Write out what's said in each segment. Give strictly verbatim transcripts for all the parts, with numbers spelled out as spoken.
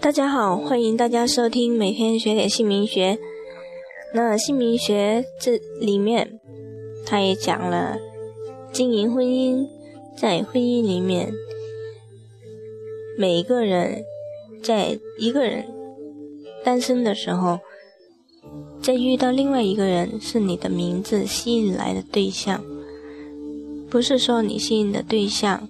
大家好，欢迎大家收听每天学点姓名学。那姓名学这里面他也讲了经营婚姻，在婚姻里面每一个人在一个人单身的时候，在遇到另外一个人，是你的名字吸引来的对象，不是说你吸引的对象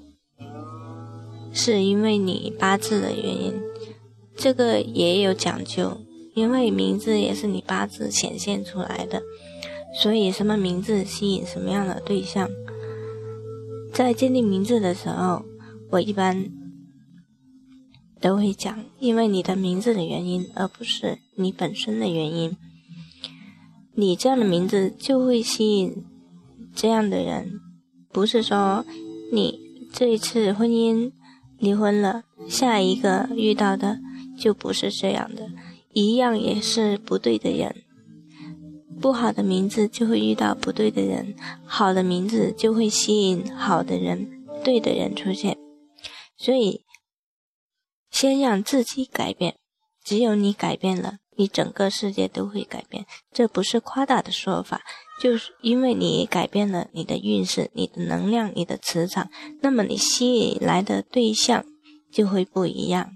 是因为你八字的原因，这个也有讲究，因为名字也是你八字显现出来的，所以什么名字吸引什么样的对象。在鉴定名字的时候，我一般都会讲，因为你的名字的原因，而不是你本身的原因。你这样的名字就会吸引这样的人，不是说你这一次婚姻离婚了，下一个遇到的就不是这样的，一样也是不对的人。不好的名字就会遇到不对的人，好的名字就会吸引好的人，对的人出现。所以先让自己改变，只有你改变了，你整个世界都会改变。这不是夸大的说法，就是因为你改变了你的运势，你的能量，你的磁场，那么你吸引来的对象就会不一样。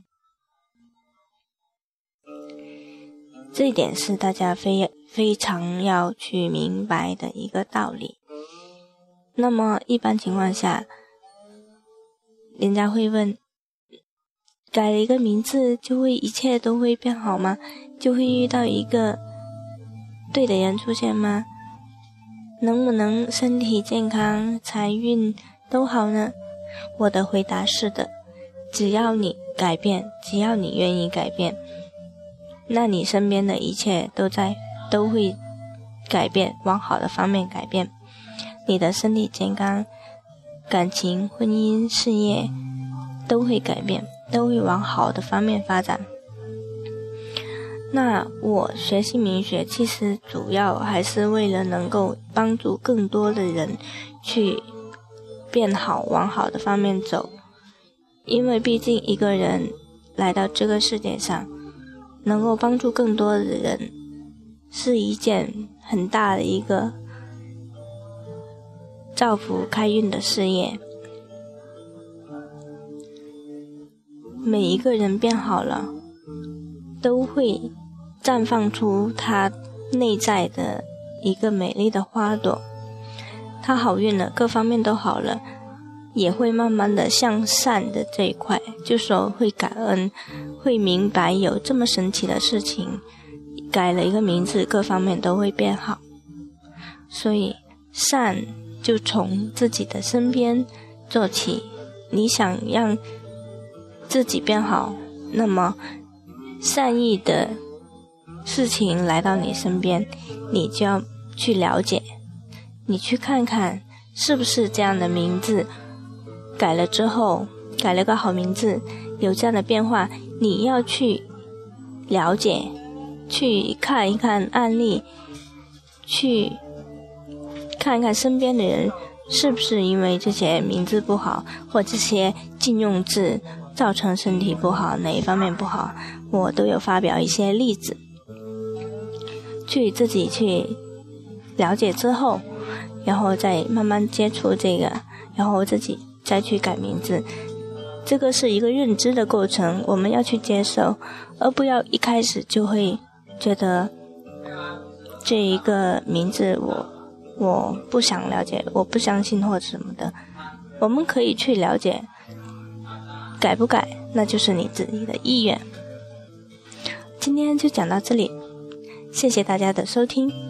这一点是大家非非常要去明白的一个道理。那么一般情况下，人家会问，改了一个名字就会一切都会变好吗？就会遇到一个对的人出现吗？能不能身体健康、财运都好呢？我的回答是的，只要你改变，只要你愿意改变，那你身边的一切都在都会改变，往好的方面改变。你的身体健康、感情、婚姻、事业都会改变，都会往好的方面发展。那我学姓名学其实主要还是为了能够帮助更多的人去变好，往好的方面走。因为毕竟一个人来到这个世界上，能够帮助更多的人是一件很大的一个造福开运的事业。每一个人变好了，都会绽放出他内在的一个美丽的花朵。他好运了，各方面都好了，也会慢慢的向善的这一块，就说会感恩，会明白有这么神奇的事情，改了一个名字，各方面都会变好。所以善就从自己的身边做起，你想让自己变好，那么善意的事情来到你身边，你就要去了解，你去看看是不是这样的名字改了之后，改了个好名字，有这样的变化，你要去了解，去看一看案例，去看一看身边的人是不是因为这些名字不好或这些禁用字造成身体不好，哪一方面不好，我都有发表一些例子，去自己去了解之后，然后再慢慢接触这个，然后自己再去改名字。这个是一个认知的过程，我们要去接受，而不要一开始就会觉得这一个名字我我不想了解，我不相信或者什么的。我们可以去了解，改不改那就是你自己的意愿。今天就讲到这里，谢谢大家的收听。